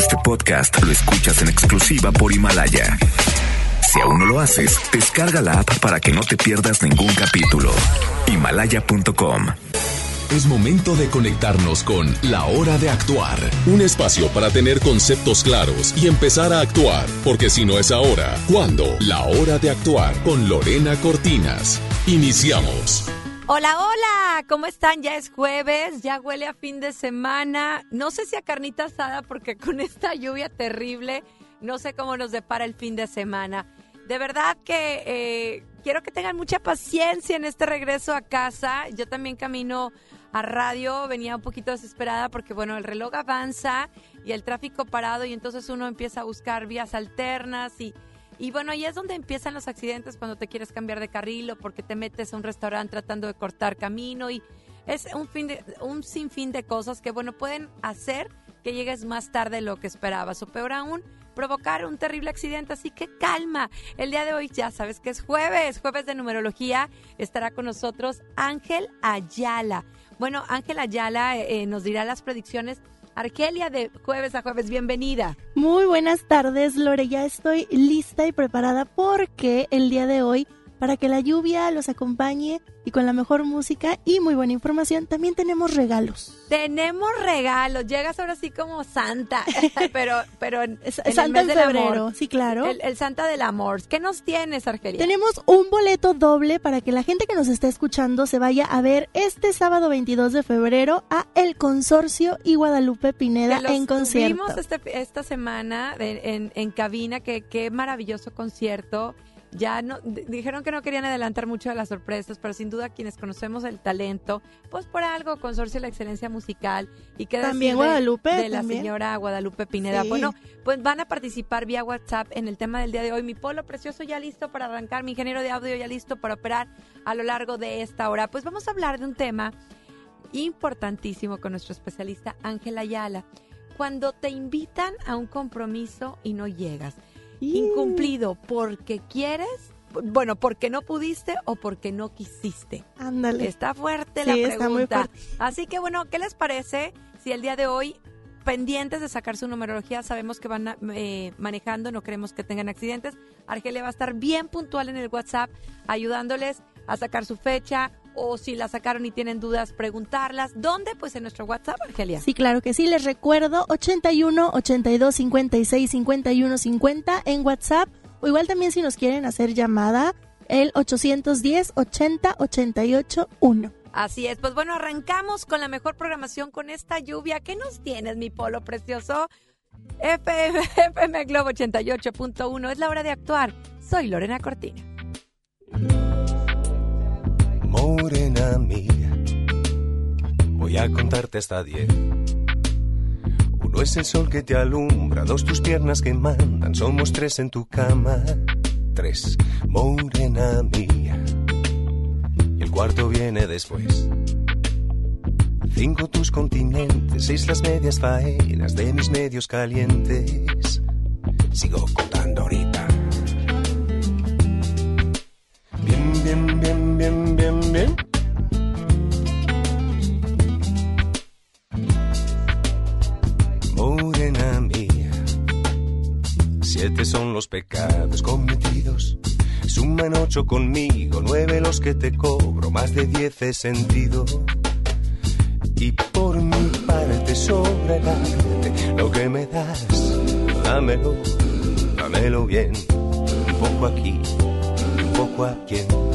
Este podcast lo escuchas en exclusiva por Himalaya. Si aún no lo haces, descarga la app para que no te pierdas ningún capítulo. Himalaya.com. Es momento de conectarnos con La Hora de Actuar. Un espacio para tener conceptos claros y empezar a actuar. Porque si no es ahora, ¿cuándo? La Hora de Actuar con Lorena Cortinas. Iniciamos. Hola, hola, ¿cómo están? Ya es jueves, ya huele a fin de semana. No sé si a carnita asada porque con esta lluvia terrible, no sé cómo nos depara el fin de semana. De verdad que quiero que tengan mucha paciencia en este regreso a casa. Yo también camino a radio, venía un poquito desesperada porque, bueno, el reloj avanza y el tráfico parado y entonces uno empieza a buscar vías alternas y bueno, ahí es donde empiezan los accidentes cuando te quieres cambiar de carril o porque te metes a un restaurante tratando de cortar camino y es un sinfín de cosas que, bueno, pueden hacer que llegues más tarde de lo que esperabas o peor aún, provocar un terrible accidente, así que calma. El día de hoy ya sabes que es jueves de numerología, estará con nosotros Ángel Ayala. Bueno, Ángel Ayala nos dirá las predicciones. Argelia, de jueves a jueves, bienvenida. Muy buenas tardes, Lore, ya estoy lista y preparada porque el día de hoy, para que la lluvia los acompañe y con la mejor música y muy buena información, también tenemos regalos. Tenemos regalos, llegas ahora sí como Santa, pero en Santa el mes del febrero, amor. Sí, claro. El Santa del amor. ¿Qué nos tienes, Argelia? Tenemos un boleto doble para que la gente que nos está escuchando se vaya a ver este sábado 22 de febrero a El Consorcio y Guadalupe Pineda en concierto. Vimos esta semana en cabina, qué maravilloso concierto. Ya no dijeron que no querían adelantar mucho de las sorpresas, pero sin duda quienes conocemos el talento, pues por algo, Consorcio de la Excelencia Musical y que también Guadalupe de la también. Señora Guadalupe Pineda. Sí. Bueno, pues van a participar vía WhatsApp en el tema del día de hoy. Mi polo precioso ya listo para arrancar, mi ingeniero de audio ya listo para operar a lo largo de esta hora. Pues vamos a hablar de un tema importantísimo con nuestro especialista Ángel Ayala. Cuando te invitan a un compromiso y no llegas. Incumplido porque quieres, bueno, porque no pudiste o porque no quisiste. Ándale. Está fuerte la pregunta. Está muy fuerte. Así que bueno, ¿qué les parece si el día de hoy, pendientes de sacar su numerología, sabemos que van manejando, no queremos que tengan accidentes? Argelia va a estar bien puntual en el WhatsApp, ayudándoles a sacar su fecha, o si la sacaron y tienen dudas, preguntarlas. ¿Dónde? Pues en nuestro WhatsApp, Argelia. Sí, claro que sí. Les recuerdo 81 82 56 51 50 en WhatsApp. O igual también si nos quieren hacer llamada, el 810 80 88 1. Así es. Pues bueno, arrancamos con la mejor programación con esta lluvia. ¿Qué nos tienes, mi polo precioso? FM Globo 88.1. Es la hora de actuar. Soy Lorena Cortina. Morena mía, voy a contarte hasta 10. 1 es el sol que te alumbra, 2 tus piernas que mandan, somos 3 en tu cama. 3, morena mía, y el cuarto viene después. 5 tus continentes, 6 las medias faenas de mis medios calientes. Sigo contando ahorita. Bien, bien, bien, bien, bien. Morena mía, 7 son los pecados cometidos. Suman 8 conmigo, 9 los que te cobro, más de 10 he sentido. Y por mi parte sobra el arte, lo que me das, dámelo, dámelo bien. Un poco aquí, un poco aquí.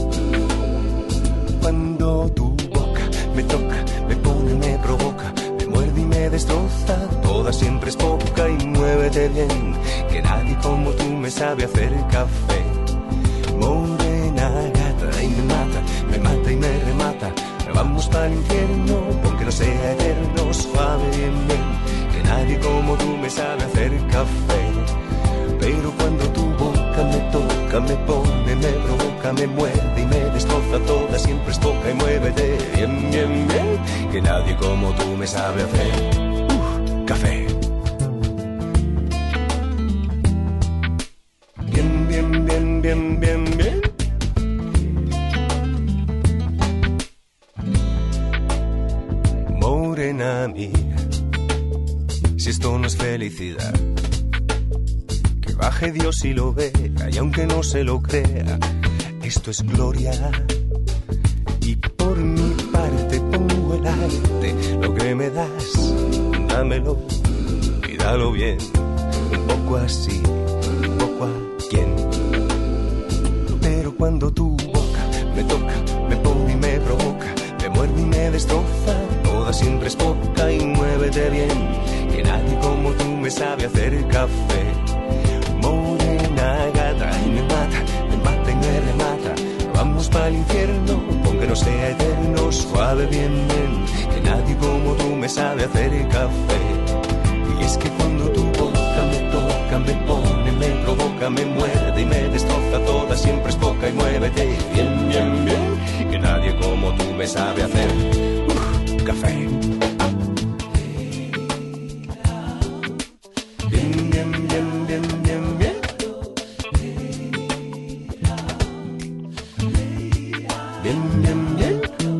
Cuando tu boca me toca, me pone, me provoca, me muerde y me destroza, toda siempre es poca y muévete bien, que nadie como tú me sabe hacer café. Morena gata y me mata y me remata, vamos para el infierno, porque no sea eterno, suave bien, bien, que nadie como tú me sabe hacer café. Pero cuando tu boca me toca, me pone, me provoca, me muerde y me destroza, toda siempre es poca y muévete bien, bien, bien, que nadie como tú me sabe hacer café. Bien, bien, bien, bien, bien, bien. Morena mía, si esto no es feliz felicidad. Que baje Dios y lo vea, y aunque no se lo crea, esto es gloria. Y por mi parte pongo el arte, lo que me das, dámelo y dalo bien. Un poco así, un poco a quien. Pero cuando tu boca me toca, me pone y me provoca, me muerde y me destroza, toda siempre es poca y muévete bien, que nadie como tú me sabe hacer café. Morena gata y me mata y me remata. Vamos pa'l infierno, aunque no sea eterno, suave bien, bien, que nadie como tú me sabe hacer café. Y es que cuando tu boca me toca, me pone, me provoca, me muerde y me destroza, toda siempre es poca y muévete bien, bien, bien, que nadie como tú me sabe hacer café. Bien, bien, bien, bien, bien, bien. Bien, bien, bien.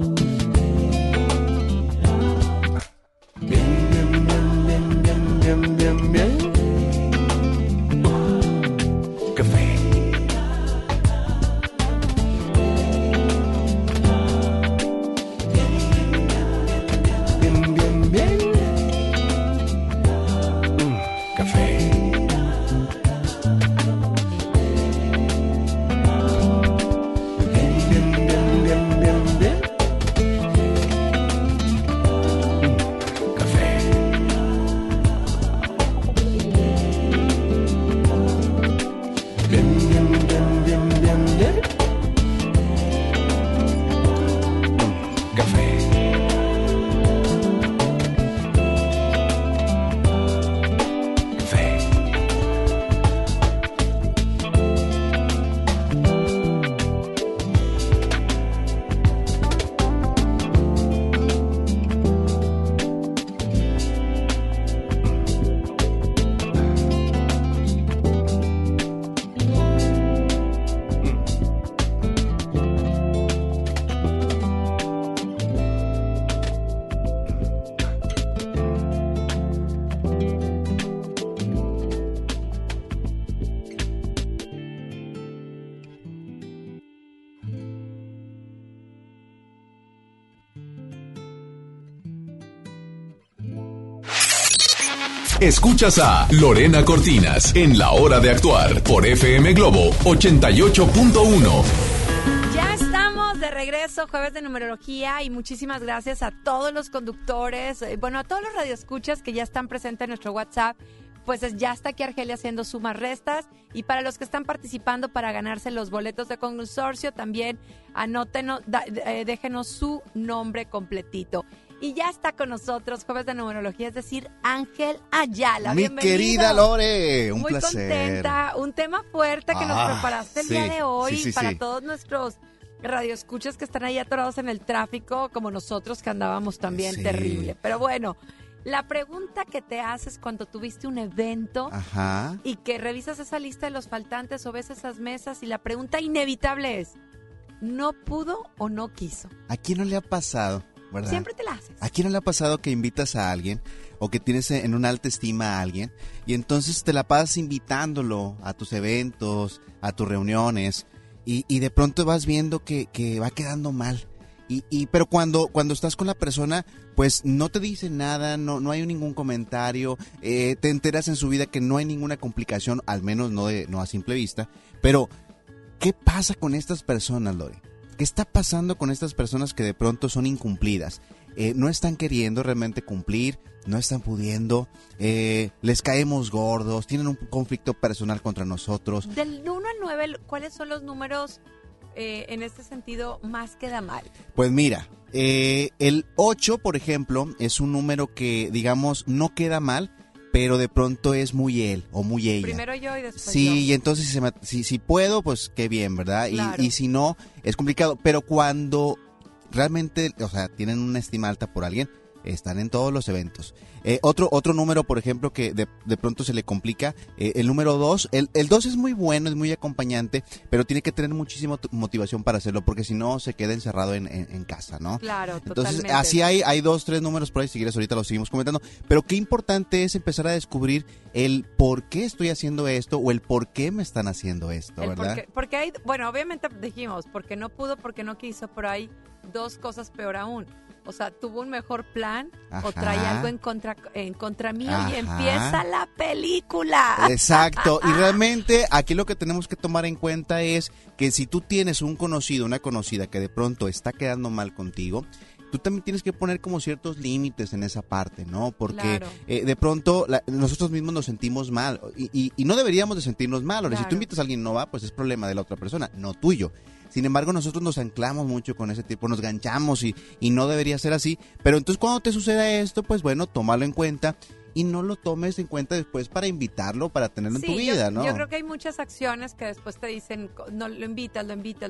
Bien, bien, bien, bien, bien, bien, bien. Café. Bien, bien, bien. Café. Escuchas a Lorena Cortinas en La Hora de Actuar por FM Globo 88.1. Ya estamos de regreso, jueves de numerología, y muchísimas gracias a todos los conductores, a todos los radioescuchas que ya están presentes en nuestro WhatsApp. Pues ya está aquí Argelia haciendo sumas restas, y para los que están participando para ganarse los boletos de consorcio, también anótenos, déjenos su nombre completito. Y ya está con nosotros, jueves de numerología, es decir, Ángel Ayala. Mi Bienvenido. querida Lore, un muy placer. Muy contenta, un tema fuerte que nos preparaste el día de hoy para todos nuestros radioescuchas que están ahí atorados en el tráfico, como nosotros que andábamos también terrible. Pero bueno, la pregunta que te haces cuando tuviste un evento y que revisas esa lista de los faltantes o ves esas mesas, y la pregunta inevitable es, ¿no pudo o no quiso? ¿A quién no le ha pasado? ¿Verdad? Siempre te la haces. ¿A quién no le ha pasado que invitas a alguien o que tienes en una alta estima a alguien y entonces te la pasas invitándolo a tus eventos, a tus reuniones, y de pronto vas viendo que va quedando mal? Pero cuando estás con la persona, pues no te dice nada, no hay ningún comentario, te enteras en su vida que no hay ninguna complicación, al menos no a simple vista. Pero, ¿qué pasa con estas personas, Lore? ¿Qué está pasando con estas personas que de pronto son incumplidas? No están queriendo realmente cumplir, no están pudiendo, les caemos gordos, tienen un conflicto personal contra nosotros. Del 1 al 9, ¿cuáles son los números en este sentido más queda mal? Pues mira, el 8, por ejemplo, es un número que, digamos, no queda mal, pero de pronto es muy él o muy ella. Primero yo y después yo. Sí, y entonces si puedo, pues qué bien, ¿verdad? Claro. Y si no, es complicado. Pero cuando realmente, o sea, tienen una estima alta por alguien, están en todos los eventos. Otro número, por ejemplo, que de pronto se le complica, el número 2. El 2 es muy bueno, es muy acompañante, pero tiene que tener muchísima motivación para hacerlo, porque si no se queda encerrado en casa, ¿no? Claro, Entonces, totalmente. así hay 2, 3 números por ahí, si quieres ahorita los seguimos comentando, pero qué importante es empezar a descubrir el por qué estoy haciendo esto o el por qué me están haciendo esto, ¿verdad? Porque hay, bueno, obviamente dijimos, porque no pudo, porque no quiso, pero hay 2 cosas peor aún. O sea, tuvo un mejor plan o trae algo en contra mío y empieza la película. Exacto. Y realmente aquí lo que tenemos que tomar en cuenta es que si tú tienes un conocido, una conocida que de pronto está quedando mal contigo, tú también tienes que poner como ciertos límites en esa parte, ¿no? Porque claro. De pronto nosotros mismos nos sentimos mal y no deberíamos de sentirnos mal. Ahora, si tú invitas a alguien y no va, pues es problema de la otra persona, no tuyo. Sin embargo, nosotros nos anclamos mucho con ese tipo, nos ganchamos y no debería ser así. Pero entonces cuando te suceda esto, pues bueno, tómalo en cuenta y no lo tomes en cuenta después para invitarlo, para tenerlo en tu vida, ¿no? Yo creo que hay muchas acciones que después te dicen, no, lo invitas,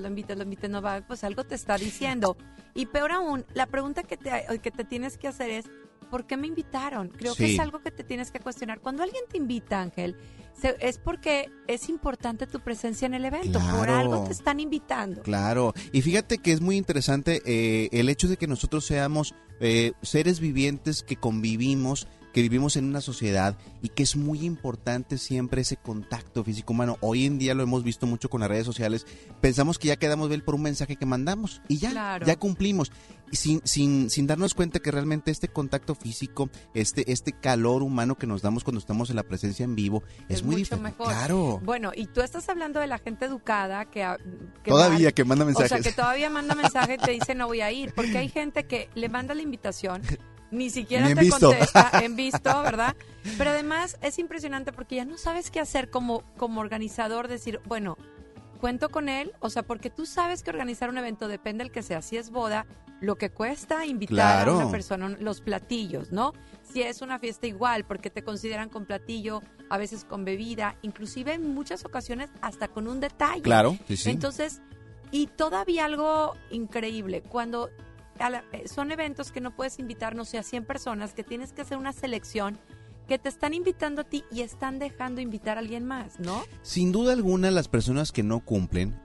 no va, pues algo te está diciendo. Y peor aún, la pregunta que te tienes que hacer es, ¿por qué me invitaron? Creo que es algo que te tienes que cuestionar. Cuando alguien te invita, Ángel, es porque es importante tu presencia en el evento. Claro. Por algo te están invitando. Claro. Y fíjate que es muy interesante el hecho de que nosotros seamos seres vivientes que convivimos, que vivimos en una sociedad y que es muy importante siempre ese contacto físico humano. Hoy en día lo hemos visto mucho con las redes sociales. Pensamos que ya quedamos bien por un mensaje que mandamos y ya cumplimos. Sin darnos cuenta que realmente este contacto físico, este calor humano que nos damos cuando estamos en la presencia en vivo es muy diferente. Mejor. Claro. Bueno, y tú estás hablando de la gente educada que todavía que manda mensajes. O sea, que todavía manda mensajes y te dice no voy a ir, porque hay gente que le manda la invitación, ni siquiera te contesta, en visto, ¿verdad? Pero además es impresionante porque ya no sabes qué hacer como organizador, decir, bueno, cuento con él, o sea, porque tú sabes que organizar un evento, depende del que sea, si es boda, lo que cuesta invitar a una persona, los platillos, ¿no? Si es una fiesta igual, porque te consideran con platillo, a veces con bebida, inclusive en muchas ocasiones hasta con un detalle. Claro, sí. Entonces, y todavía algo increíble, cuando son eventos que no puedes invitar, no sé, a 100 personas, que tienes que hacer una selección, que te están invitando a ti y están dejando invitar a alguien más, ¿no? Sin duda alguna, las personas que no cumplen,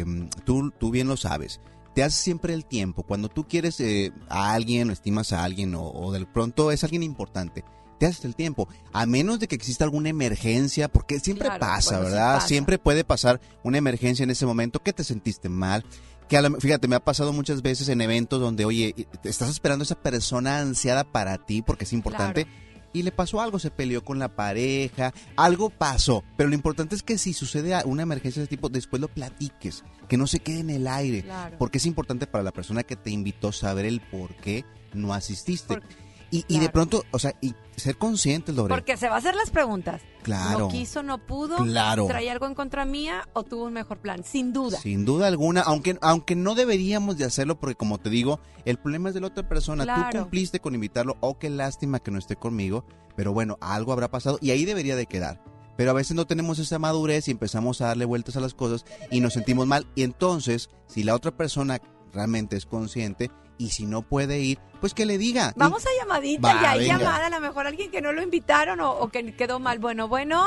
tú bien lo sabes, te haces siempre el tiempo. Cuando tú quieres a alguien, o estimas a alguien, o de pronto es alguien importante, te haces el tiempo, a menos de que exista alguna emergencia, porque siempre pasa, ¿verdad? Sí pasa. Siempre puede pasar una emergencia en ese momento, que te sentiste mal, que fíjate, me ha pasado muchas veces en eventos donde, oye, estás esperando a esa persona ansiada para ti, porque es importante, y le pasó algo, se peleó con la pareja, algo pasó, pero lo importante es que si sucede una emergencia de ese tipo, después lo platiques, que no se quede en el aire, porque es importante para la persona que te invitó saber el por qué no asististe. Y de pronto, o sea, y ser conscientes, Lore. Porque se va a hacer las preguntas. Claro. No quiso, no pudo. Claro. ¿Traía algo en contra mía o tuvo un mejor plan? Sin duda. Sin duda alguna, aunque no deberíamos de hacerlo, porque como te digo, el problema es de la otra persona. Claro. Tú cumpliste con invitarlo, qué lástima que no esté conmigo, pero bueno, algo habrá pasado y ahí debería de quedar. Pero a veces no tenemos esa madurez y empezamos a darle vueltas a las cosas y nos sentimos mal. Y entonces, si la otra persona realmente es consciente y si no puede ir, pues que le diga. Vamos a llamadita, ya hay llamada, a lo mejor alguien que no lo invitaron o que quedó mal. Bueno.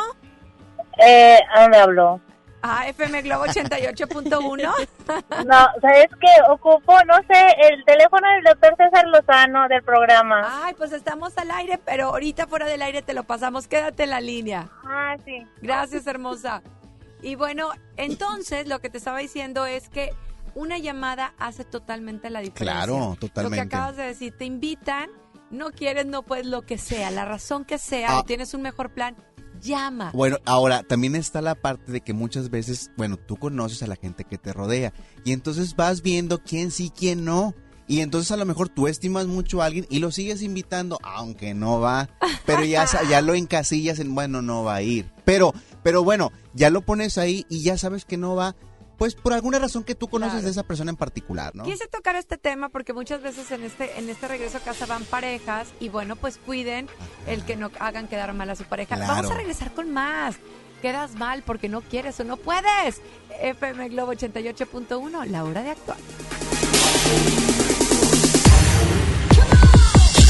¿A dónde habló? FM Globo 88.1. No, ¿sabes qué? Ocupo, no sé, el teléfono del doctor César Lozano del programa. Ay, pues estamos al aire, pero ahorita fuera del aire te lo pasamos. Quédate en la línea. Sí. Gracias, hermosa. Y bueno, entonces lo que te estaba diciendo es que una llamada hace totalmente la diferencia. Claro, totalmente. Lo que acabas de decir, te invitan, no quieres, no puedes, lo que sea, la razón que sea, o tienes un mejor plan, llama. Bueno, ahora también está la parte de que muchas veces, bueno, tú conoces a la gente que te rodea y entonces vas viendo quién sí, quién no. Y entonces a lo mejor tú estimas mucho a alguien y lo sigues invitando, aunque no va, pero ya lo encasillas en, bueno, no va a ir. Pero bueno, ya lo pones ahí y ya sabes que no va, pues por alguna razón que tú conoces de esa persona en particular, ¿no? Quise tocar este tema porque muchas veces en este regreso a casa van parejas y bueno, pues cuiden el que no hagan quedar mal a su pareja. Claro. Vamos a regresar con más. Quedas mal porque no quieres o no puedes. FM Globo 88.1, la hora de actuar.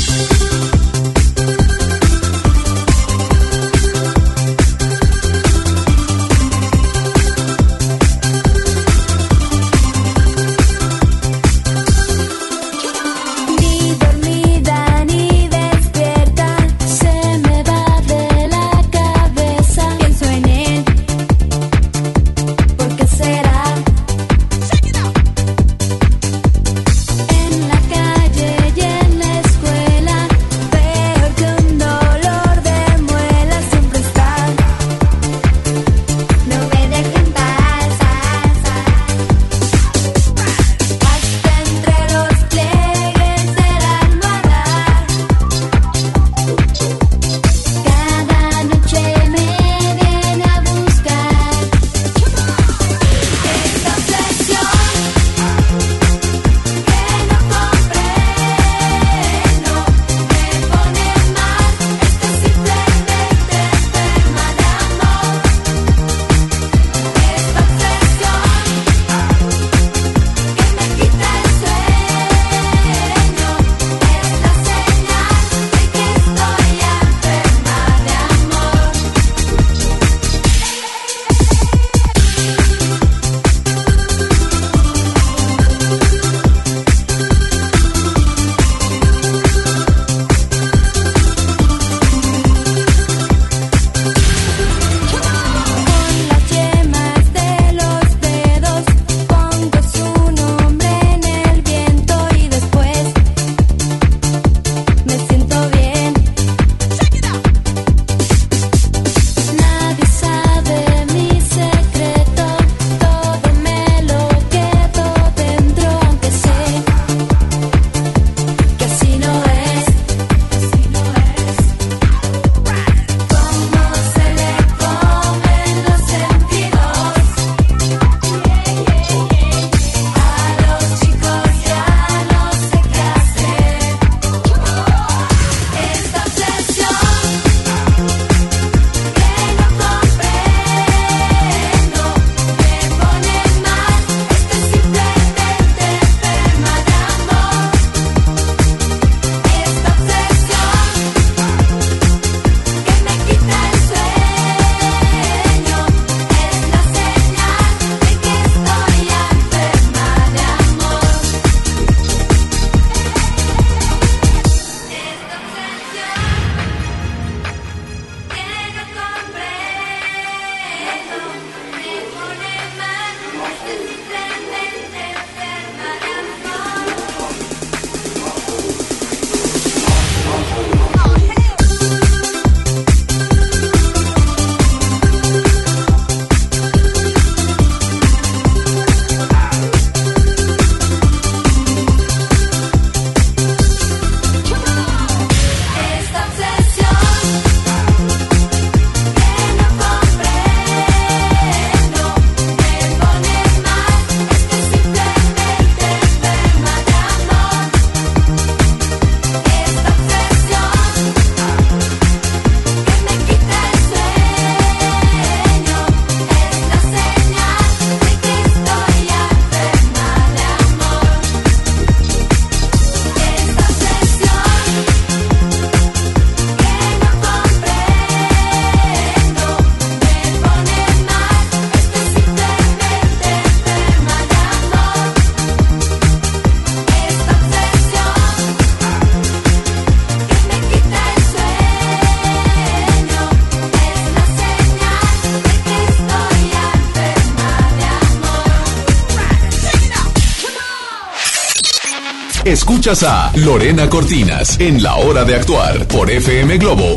Escuchas a Lorena Cortinas en La Hora de Actuar por FM Globo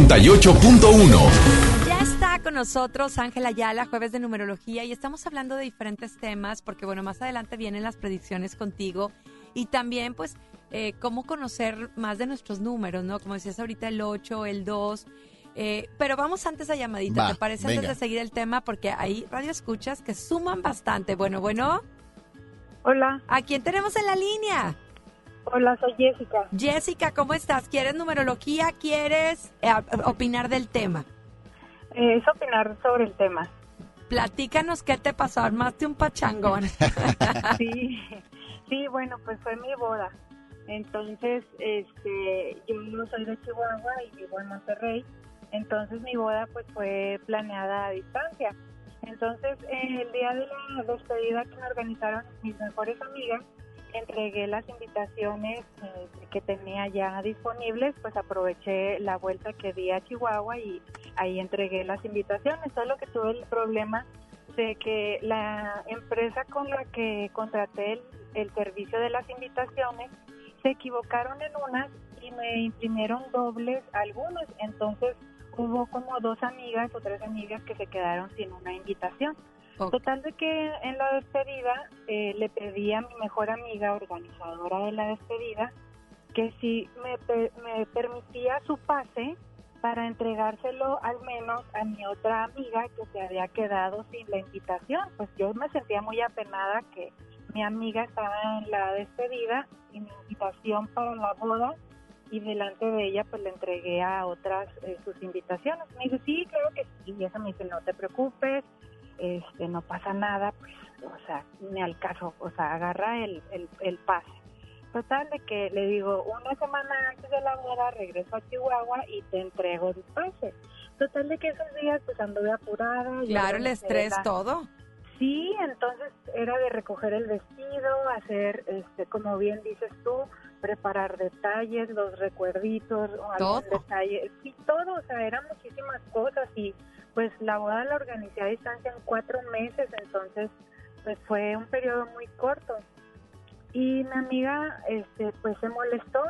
88.1. Ya está con nosotros Ángela Ayala, jueves de numerología, y estamos hablando de diferentes temas porque, bueno, más adelante vienen las predicciones contigo y también, pues, cómo conocer más de nuestros números, ¿no? Como decías ahorita, el 8, el 2... pero vamos antes a llamadita, ¿te parece? Venga. Antes de seguir el tema, porque hay radioescuchas que suman bastante. Bueno. Hola. ¿A quién tenemos en la línea? Hola, soy Jessica. Jessica, ¿cómo estás? ¿Quieres numerología? ¿Quieres opinar del tema? Es opinar sobre el tema. Platícanos qué te pasó, armaste un pachangón. Sí, bueno, pues fue mi boda. Entonces, yo no soy de Chihuahua y vivo en Monterrey. Entonces mi boda pues fue planeada a distancia. Entonces el día de la despedida que me organizaron mis mejores amigas, entregué las invitaciones que tenía ya disponibles, pues aproveché la vuelta que di a Chihuahua y ahí entregué las invitaciones. Solo que tuve el problema de que la empresa con la que contraté el servicio de las invitaciones se equivocaron en unas y me imprimieron dobles algunas. Entonces hubo como 2 amigas o 3 amigas que se quedaron sin una invitación. Okay. Total de que en la despedida le pedí a mi mejor amiga organizadora de la despedida que si me permitía su pase para entregárselo al menos a mi otra amiga que se había quedado sin la invitación. Pues yo me sentía muy apenada que mi amiga estaba en la despedida sin invitación para la boda, y delante de ella pues le entregué a otras sus invitaciones. Me dijo, sí, claro que sí. Y esa me dice, no te preocupes, no pasa nada, pues, o sea, ni al caso, o sea, agarra el pase. Total de que le digo, una semana antes de la boda regreso a Chihuahua y te entrego el pase. Total de que esos días pues anduve apurada. Claro, el estrés, todo. Sí, entonces era de recoger el vestido, hacer, como bien dices tú, preparar detalles, los recuerditos, algún detalle, sí, todo, o sea, eran muchísimas cosas y pues la boda la organicé a distancia en 4 meses, entonces pues fue un periodo muy corto. Y mi amiga pues se molestó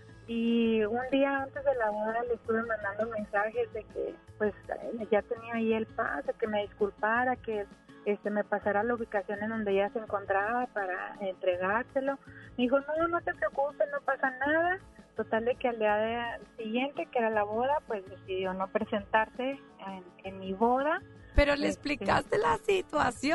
y un día antes de la boda le estuve mandando mensajes de que pues ya tenía ahí el pase, que me disculpara, que me pasara la ubicación en donde ella se encontraba para entregárselo. Me dijo, no te preocupes, no pasa nada. Total de que al día siguiente, que era la boda, pues decidió no presentarse en mi boda. Pero le explicaste la situación.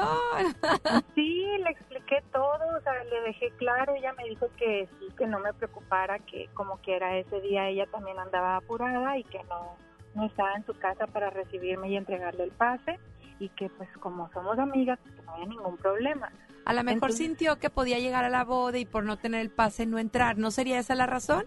Sí, le expliqué todo, o sea, le dejé claro. Ella me dijo que sí, que no me preocupara, que como quiera ese día ella también andaba apurada y que no estaba en su casa para recibirme y entregarle el pase, y que pues como somos amigas, pues, no había ningún problema. A lo mejor sintió que podía llegar a la boda y por no tener el pase no entrar. ¿No sería esa la razón?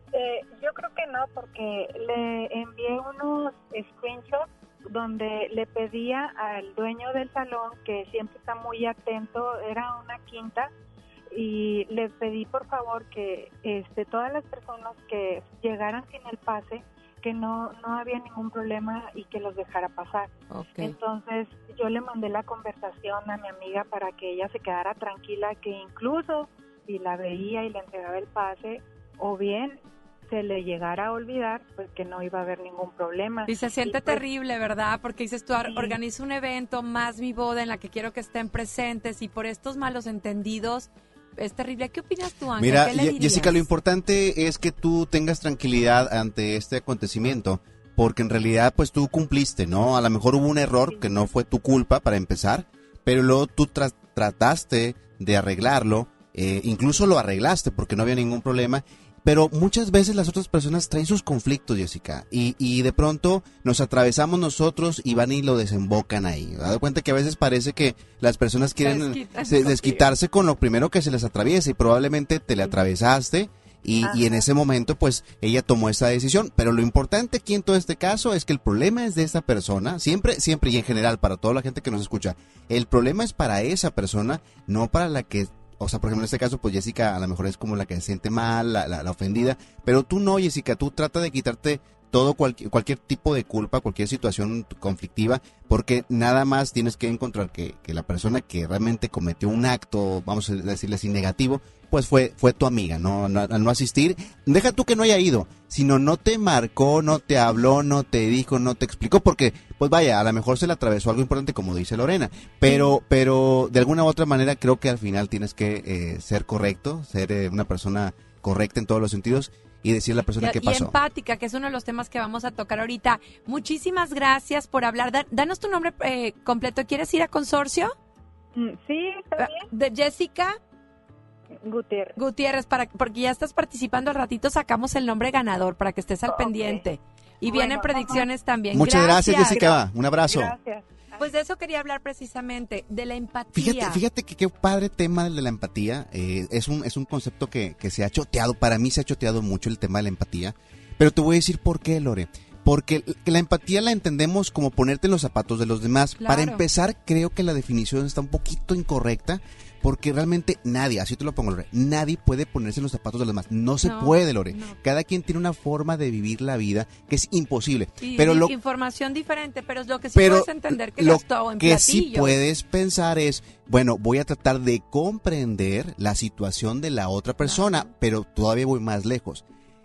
Yo creo que no, porque le envié unos screenshots donde le pedía al dueño del salón, que siempre está muy atento, era una quinta, y le pedí por favor que todas las personas que llegaran sin el pase, que no había ningún problema y que los dejara pasar. Okay. Entonces yo le mandé la conversación a mi amiga para que ella se quedara tranquila, que incluso si la veía y le entregaba el pase, o bien se le llegara a olvidar, pues que no iba a haber ningún problema. Y se siente terrible, ¿verdad? Porque dices tú, sí, organizo un evento más mi boda en la que quiero que estén presentes, y por estos malos entendidos es terrible. ¿Qué opinas tú, Ángel? Mira, ¿qué le dirías? Jessica, lo importante es que tú tengas tranquilidad ante este acontecimiento, porque en realidad pues tú cumpliste, ¿no? A lo mejor hubo un error que no fue tu culpa para empezar, pero luego tú trataste de arreglarlo, incluso lo arreglaste porque no había ningún problema. Pero muchas veces las otras personas traen sus conflictos, Jessica, y de pronto nos atravesamos nosotros y van y lo desembocan ahí. ¿Te das cuenta que a veces parece que las personas quieren desquitarse con lo primero que se les atraviesa, y probablemente te le atravesaste y en ese momento pues ella tomó esa decisión? Pero lo importante aquí en todo este caso es que el problema es de esa persona, siempre y en general para toda la gente que nos escucha, el problema es para esa persona, no para la que... O sea, por ejemplo, en este caso, pues Jessica a lo mejor es como la que se siente mal, la ofendida, pero tú no, Jessica, tú trata de quitarte todo cualquier tipo de culpa, cualquier situación conflictiva, porque nada más tienes que encontrar que la persona que realmente cometió un acto, vamos a decirle así, negativo, pues fue tu amiga, ¿no? Al no asistir, deja tú que no haya ido, sino no te marcó, no te habló, no te dijo, no te explicó, porque, pues vaya, a lo mejor se le atravesó algo importante, como dice Lorena, pero de alguna u otra manera creo que al final tienes que ser correcto, ser una persona correcta en todos los sentidos, y decirle a la persona qué pasó. Y empática, que es uno de los temas que vamos a tocar ahorita. Muchísimas gracias por hablar. Danos tu nombre completo. ¿Quieres ir a consorcio? Sí, está bien. ¿De Jessica? Gutiérrez, porque ya estás participando. Al ratito sacamos el nombre ganador para que estés al pendiente. Y vienen predicciones también. Muchas gracias, Jessica. Un abrazo. Gracias. Pues de eso quería hablar precisamente, de la empatía. Fíjate que qué padre tema el de la empatía. Es un concepto que se ha choteado. Para mí se ha choteado mucho el tema de la empatía. Pero te voy a decir por qué, Lore. Porque la empatía la entendemos como ponerte en los zapatos de los demás. Claro. Para empezar, creo que la definición está un poquito incorrecta. Porque realmente nadie, así te lo pongo, Lore, nadie puede ponerse en los zapatos de los demás. No se puede, Lore. No. Cada quien tiene una forma de vivir la vida que es imposible. Y pero información diferente, pero es lo que sí puedes entender que gastó en que platillos. sí puedes pensar es, bueno, voy a tratar de comprender la situación de la otra persona, pero todavía voy más lejos.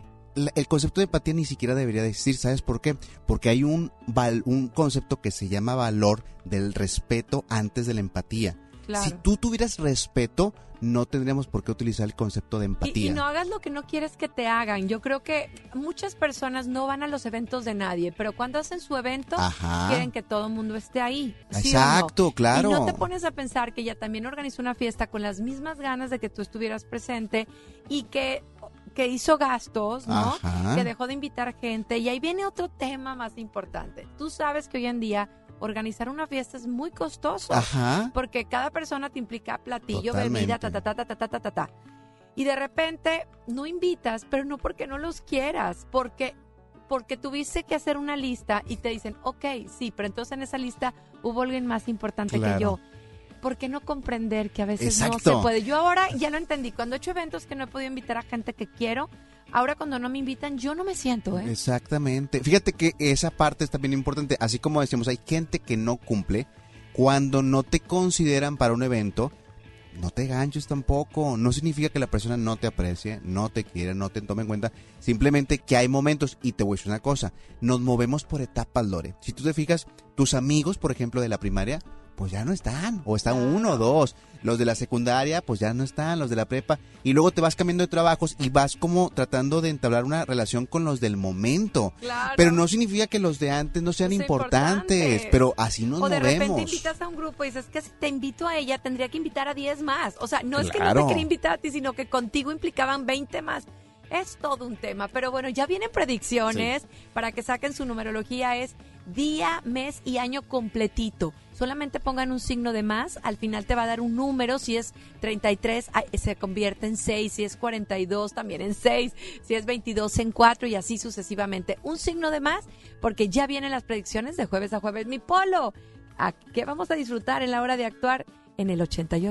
El concepto de empatía ni siquiera debería de existir, ¿sabes por qué? Porque hay un concepto que se llama valor del respeto antes de la empatía. Claro. Si tú tuvieras respeto, no tendríamos por qué utilizar el concepto de empatía. Y no hagas lo que no quieres que te hagan. Yo creo que muchas personas no van a los eventos de nadie, pero cuando hacen su evento, quieren que todo el mundo esté ahí. ¿Sí Exacto, o no? claro. Y no te pones a pensar que ella también organizó una fiesta con las mismas ganas de que tú estuvieras presente y que hizo gastos, ¿no? Ajá. Que dejó de invitar gente. Y ahí viene otro tema más importante. Tú sabes que hoy en día organizar una fiesta es muy costoso. Ajá. Porque cada persona te implica platillo, Totalmente. bebida, Y de repente no invitas, pero no porque no los quieras, porque tuviste que hacer una lista y te dicen, ok, sí, pero entonces en esa lista hubo alguien más importante que yo. ¿Por qué no comprender que a veces no se puede? Yo ahora ya lo entendí. Cuando he hecho eventos que no he podido invitar a gente que quiero, ahora cuando no me invitan, yo no me siento, ¿eh? Exactamente. Fíjate que esa parte es también importante. Así como decimos, hay gente que no cumple. Cuando no te consideran para un evento, no te ganches tampoco. No significa que la persona no te aprecie, no te quiera, no te tome en cuenta. Simplemente que hay momentos, y te voy a decir una cosa, nos movemos por etapas, Lore. Si tú te fijas, tus amigos, por ejemplo, de la primaria, pues ya no están, o están uno o dos. Los de la secundaria, pues ya no están, los de la prepa. Y luego te vas cambiando de trabajos y vas como tratando de entablar una relación con los del momento. Claro. Pero no significa que los de antes no sean importantes, pero así nos movemos. O de repente invitas a un grupo y dices, que si te invito a ella, tendría que invitar a 10 más. O sea, no es que no te quería invitar a ti, sino que contigo implicaban 20 más. Es todo un tema, pero bueno, ya vienen predicciones para que saquen su numerología, es día, mes y año completito. Solamente pongan un signo de más, al final te va a dar un número, si es 33 se convierte en 6, si es 42 también en 6, si es 22 en 4 y así sucesivamente. Un signo de más porque ya vienen las predicciones de jueves a jueves. Mi Polo, ¿a qué vamos a disfrutar en la hora de actuar en el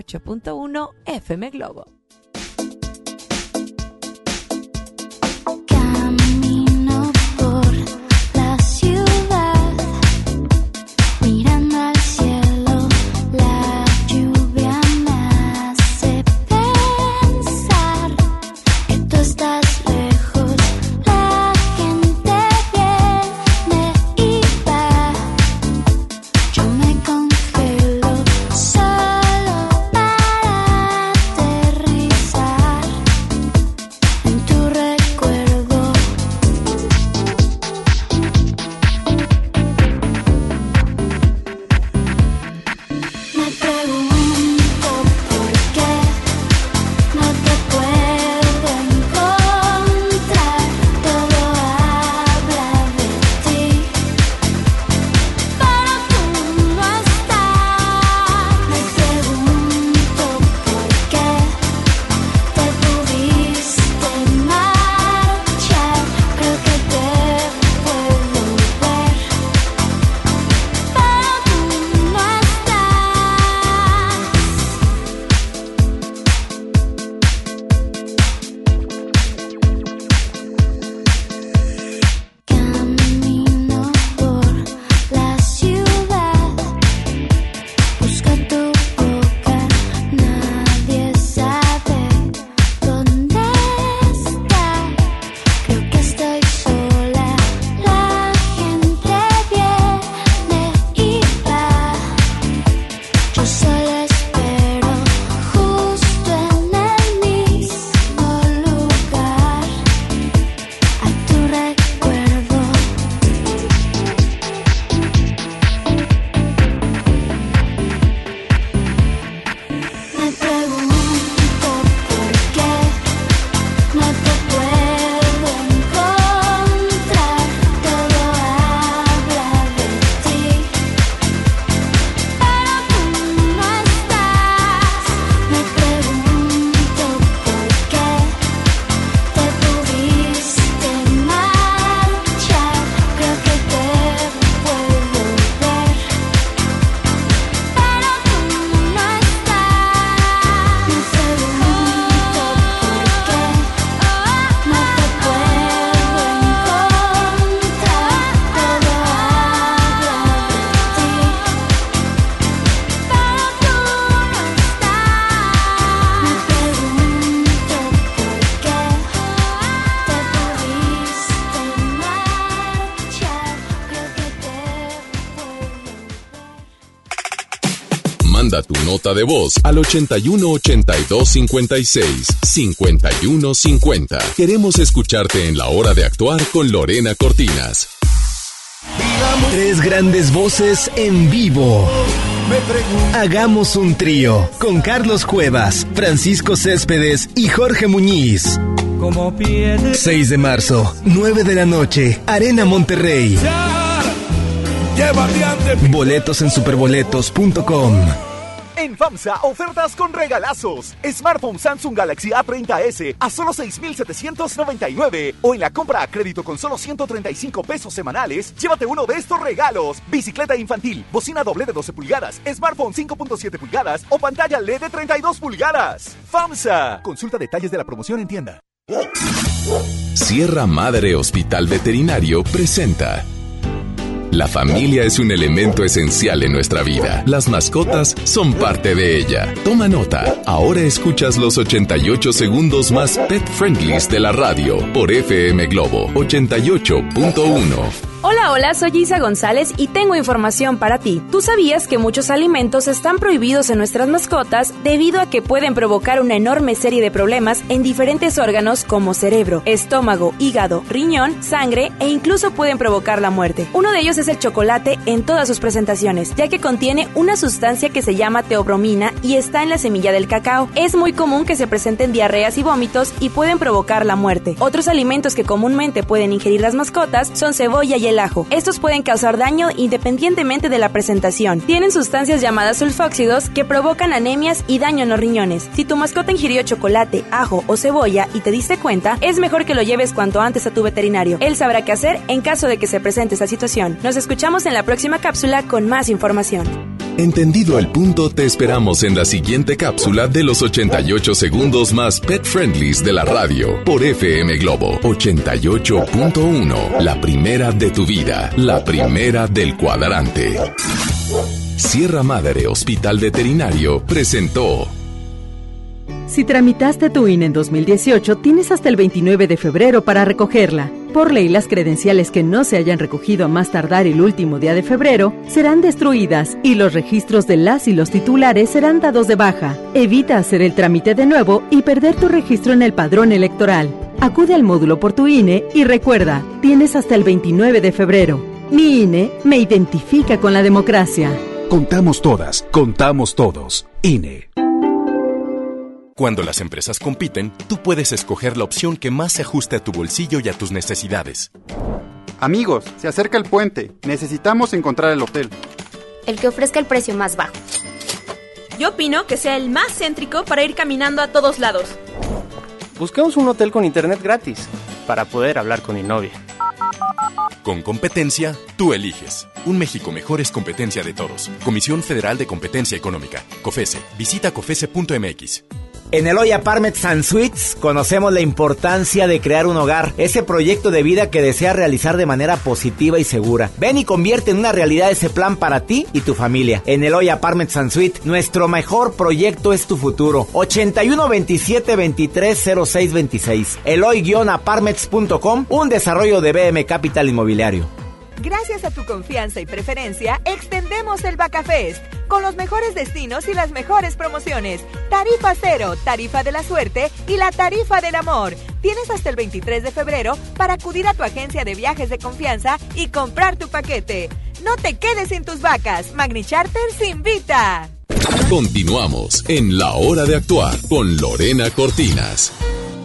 88.1 FM Globo? Solo para aterrizar. Manda tu nota de voz al 81 82 56 51 50. Queremos escucharte en La Hora de Actuar con Lorena Cortinas. Tres grandes voces en vivo. Hagamos un trío con Carlos Cuevas, Francisco Céspedes y Jorge Muñiz. 6 de marzo, 9 de la noche, Arena Monterrey. Boletos en superboletos.com. En FAMSA, ofertas con regalazos. Smartphone Samsung Galaxy A30s a solo 6,799. O en la compra a crédito con solo 135 pesos semanales, llévate uno de estos regalos. Bicicleta infantil, bocina doble de 12 pulgadas, smartphone 5.7 pulgadas o pantalla LED de 32 pulgadas. FAMSA. Consulta detalles de la promoción en tienda. Sierra Madre Hospital Veterinario presenta. La familia es un elemento esencial en nuestra vida. Las mascotas son parte de ella. Toma nota. Ahora escuchas los 88 segundos más pet friendlies de la radio por FM Globo 88.1. Hola, soy Isa González y tengo información para ti. ¿Tú sabías que muchos alimentos están prohibidos en nuestras mascotas debido a que pueden provocar una enorme serie de problemas en diferentes órganos como cerebro, estómago, hígado, riñón, sangre e incluso pueden provocar la muerte? Uno de ellos es el chocolate en todas sus presentaciones, ya que contiene una sustancia que se llama teobromina y está en la semilla del cacao. Es muy común que se presenten diarreas y vómitos y pueden provocar la muerte. Otros alimentos que comúnmente pueden ingerir las mascotas son cebolla y el ajo. Estos pueden causar daño independientemente de la presentación. Tienen sustancias llamadas sulfóxidos que provocan anemias y daño en los riñones. Si tu mascota ingirió chocolate, ajo o cebolla y te diste cuenta, es mejor que lo lleves cuanto antes a tu veterinario. Él sabrá qué hacer en caso de que se presente esta situación. Nos escuchamos en la próxima cápsula con más información. Entendido el punto, te esperamos en la siguiente cápsula de los 88 segundos más pet friendlies de la radio por FM Globo 88.1. La primera de tu vida, la primera del cuadrante. Sierra Madre Hospital Veterinario presentó. Si tramitaste tu INE en 2018, tienes hasta el 29 de febrero para recogerla. Por ley, las credenciales que no se hayan recogido a más tardar el último día de febrero serán destruidas y los registros de las y los titulares serán dados de baja. Evita hacer el trámite de nuevo y perder tu registro en el padrón electoral. Acude al módulo por tu INE y recuerda, tienes hasta el 29 de febrero. Mi INE me identifica con la democracia. Contamos todas, contamos todos. INE. Cuando las empresas compiten, tú puedes escoger la opción que más se ajuste a tu bolsillo y a tus necesidades. Amigos, se acerca el puente. Necesitamos encontrar el hotel. El que ofrezca el precio más bajo. Yo opino que sea el más céntrico para ir caminando a todos lados. Busquemos un hotel con internet gratis para poder hablar con mi novia. Con competencia, tú eliges. Un México mejor es competencia de todos. Comisión Federal de Competencia Económica. COFESE. Visita COFESE.mx. En Eloy Apartments and Suites conocemos la importancia de crear un hogar, ese proyecto de vida que deseas realizar de manera positiva y segura. Ven y convierte en una realidad ese plan para ti y tu familia. En Eloy Apartments and Suites, nuestro mejor proyecto es tu futuro. 81 27 23 06 26. Eloy-apartments.com, un desarrollo de BM Capital Inmobiliario. Gracias a tu confianza y preferencia, extendemos el Bacafest con los mejores destinos y las mejores promociones. Tarifa cero, tarifa de la suerte y la tarifa del amor. Tienes hasta el 23 de febrero para acudir a tu agencia de viajes de confianza y comprar tu paquete. No te quedes sin tus vacas. Magni Charters invita. Continuamos en La Hora de Actuar con Lorena Cortinas.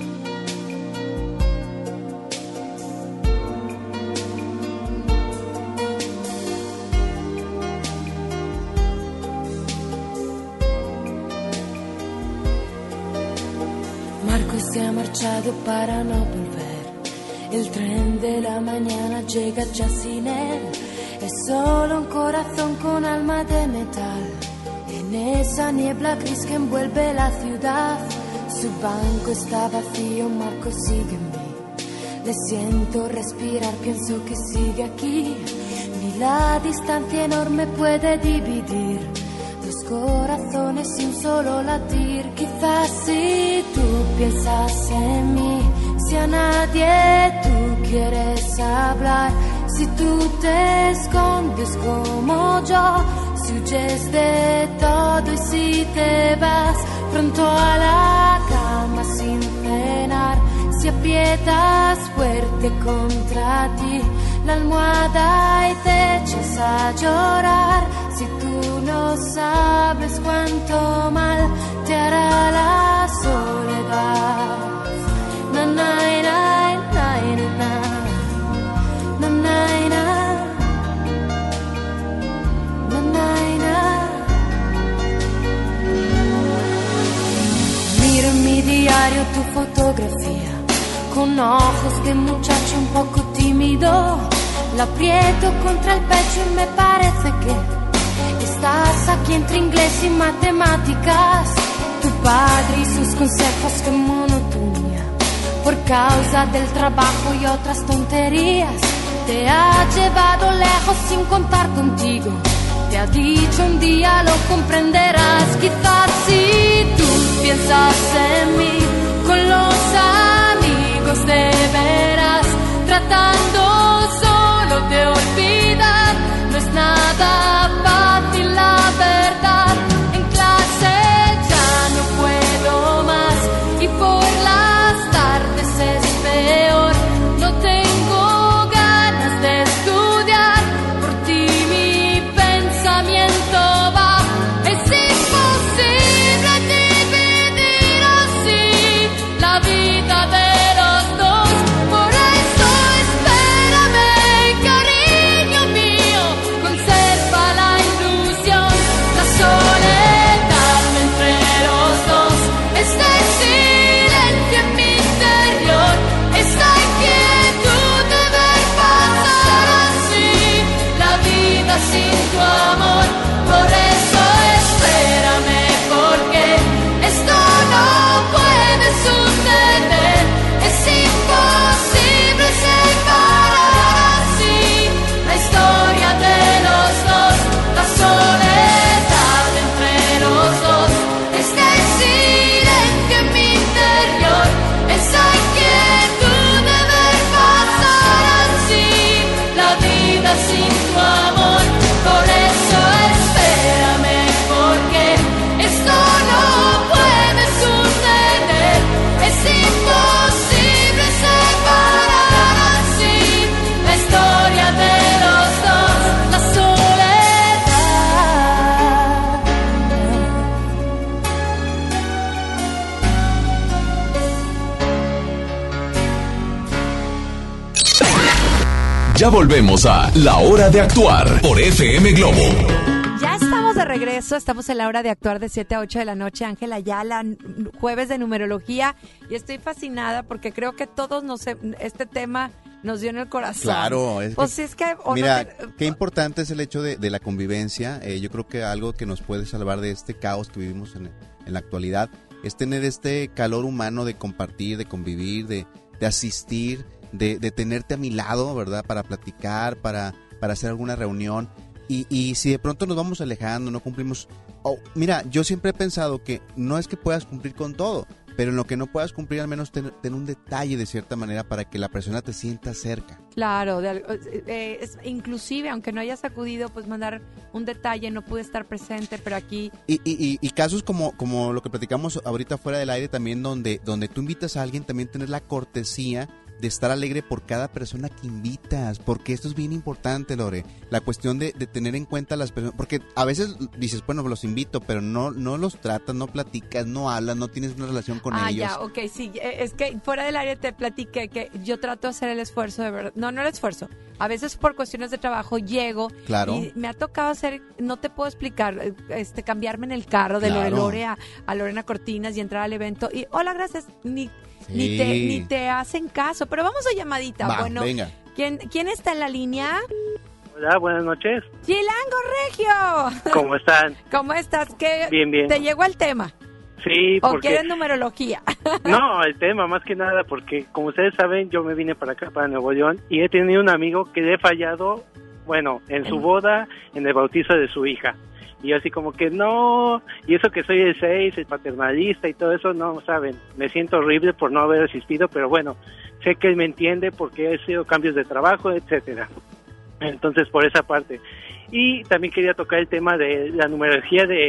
Se ha marchado para no volver. El tren de la mañana llega ya sin él. Es solo un corazón con alma de metal. En esa niebla gris que envuelve la ciudad, su banco está vacío, Marco sigue en mí. Le siento respirar, pienso que sigue aquí. Ni la distancia enorme puede dividir dos corazones y un solo latir. Quizás si tú piensas en mí, si a nadie tú quieres hablar, si tú te escondes como yo, si huyes de todo todo y si te vas pronto a la cama sin cenar, si aprietas fuerte contra ti la almohada y te echas a llorar, si tú no sabes cuánto mal te hará la soledad. Na, na, na, na, na, na, na, na. Miro en mi diario tu fotografía, con ojos de muchacho un poco tímido. La aprieto contra el pecho y me parece que estás aquí entre inglés y matemáticas. Tu padre y sus consejos, qué monotonía, por causa del trabajo y otras tonterías. Te ha llevado lejos sin contar contigo. Te ha dicho un día lo comprenderás. Quizás si tú piensas en mí con los amigos de veras, tratando solo de olvidar, no es nada fácil la verdad. En clase ya no puedo más y por las tardes es peor. No tengo ganas de estudiar, por ti mi pensamiento va. Es imposible dividir así la vida de los dos. Por eso espérame, cariño mío, conserva la ilusión. La soledad entre los dos, este silencio en mi interior, esta inquietud de ver pasar así la vida sin tu amor. Por eso espérame, porque esto no puede suceder. Es imposible separar así la historia de los dos. La soledad entre los dos, este silencio en mi interior, esa inquietud de ver pasar así la vida sin tu amor. Por eso espérame, porque esto no puede suceder. Es imposible separar así la historia de los dos. La soledad. Ya volvemos a La Hora de Actuar por FM Globo. Ya estamos de regreso, estamos en la hora de actuar de 7 a 8 de la noche. Ángela Ayala, jueves de numerología, y estoy fascinada porque creo que todos este tema nos dio en el corazón. Claro, mira, qué importante es el hecho de la convivencia. Yo creo que algo que nos puede salvar de este caos que vivimos en la actualidad es tener este calor humano de compartir, de convivir, de asistir, de tenerte a mi lado, ¿verdad? Para platicar, para hacer alguna reunión. Y si de pronto nos vamos alejando, no cumplimos... mira, yo siempre he pensado que no es que puedas cumplir con todo, pero en lo que no puedas cumplir, al menos ten un detalle de cierta manera para que la persona te sienta cerca. Claro, inclusive aunque no hayas acudido, pues mandar un detalle, no pude estar presente, pero aquí... Y casos como lo que platicamos ahorita fuera del aire también, donde tú invitas a alguien, también tener la cortesía de estar alegre por cada persona que invitas, porque esto es bien importante, Lore, la cuestión de tener en cuenta a las personas, porque a veces dices, bueno, los invito, pero no los tratas, no platicas, no hablas, no tienes una relación con ellos. Ya, ok, sí, es que fuera del área te platiqué que yo trato de hacer el esfuerzo, de verdad, no el esfuerzo, a veces por cuestiones de trabajo llego, claro, y me ha tocado hacer, no te puedo explicar, cambiarme en el carro de claro, Lore a Lorena Cortinas y entrar al evento, y hola, gracias, ni te hacen caso, pero vamos a llamadita. Bueno, venga. ¿Quién está en la línea? Hola, buenas noches. Chilango Regio. ¿Cómo están? ¿Cómo estás? Bien, bien. ¿Te llegó el tema? Sí, ¿O quieres numerología? No, el tema más que nada porque, como ustedes saben, yo me vine para acá, para Nuevo León, y he tenido un amigo que le he fallado, bueno, en su boda, en el bautizo de su hija. Y yo así como que no, y eso que soy el 6, el paternalista y todo eso, no, saben, me siento horrible por no haber asistido, pero bueno, sé que él me entiende porque he sido cambios de trabajo, etcétera. Entonces, por esa parte. Y también quería tocar el tema de la numerología de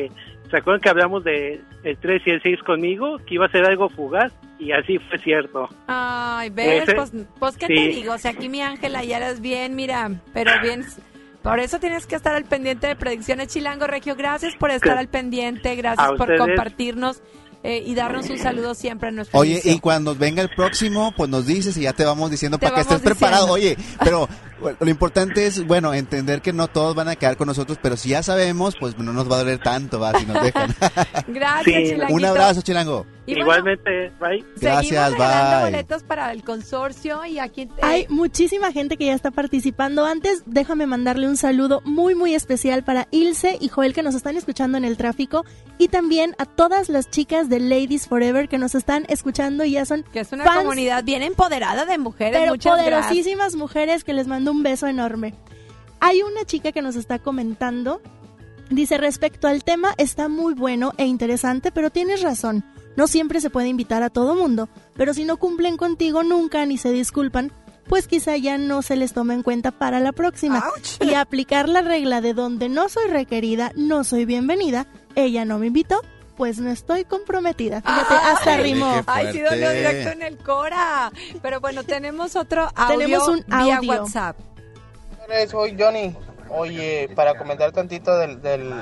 ¿Se acuerdan que hablamos de el 3 y el 6 conmigo? Que iba a ser algo fugaz, y así fue cierto. Ay, ¿ves? Pues ¿qué sí. te digo? O sea, aquí mi Ángela ya eres bien, mira, pero bien... Por eso tienes que estar al pendiente de Predicciones Chilango. Regio, gracias por estar al pendiente, gracias por compartirnos y darnos un saludo siempre en nuestro Oye, inicio. y cuando venga el próximo, pues nos dices y ya te vamos diciendo para que estés preparado. Oye, pero bueno, lo importante es, bueno, entender que no todos van a quedar con nosotros, pero si ya sabemos, pues no nos va a doler tanto, va, si nos dejan. Gracias, Chilanguito. Un abrazo, Chilango. Y igualmente, bye. Gracias, seguimos regalando bye. boletos para el consorcio y aquí... Hay muchísima gente que ya está participando. Antes, déjame mandarle un saludo muy, muy especial para Ilse y Joel que nos están escuchando en el tráfico y también a todas las chicas de Ladies Forever que nos están escuchando y ya son que es una fans, comunidad bien empoderada de mujeres. pero muchas poderosísimas mujeres que les mando un beso enorme. Hay una chica que nos está comentando, dice, respecto al tema, está muy bueno e interesante, pero tienes razón. No siempre se puede invitar a todo mundo, pero si no cumplen contigo nunca ni se disculpan, pues quizá ya no se les tome en cuenta para la próxima. ¡Auch! Y aplicar la regla de donde no soy requerida, no soy bienvenida, ella no me invitó, pues no estoy comprometida. Fíjate, hasta rimó. Ay, sí, dolió directo en el Cora. Pero bueno, tenemos otro audio, tenemos un vía audio. WhatsApp. Soy Johnny. Oye, para comentar tantito del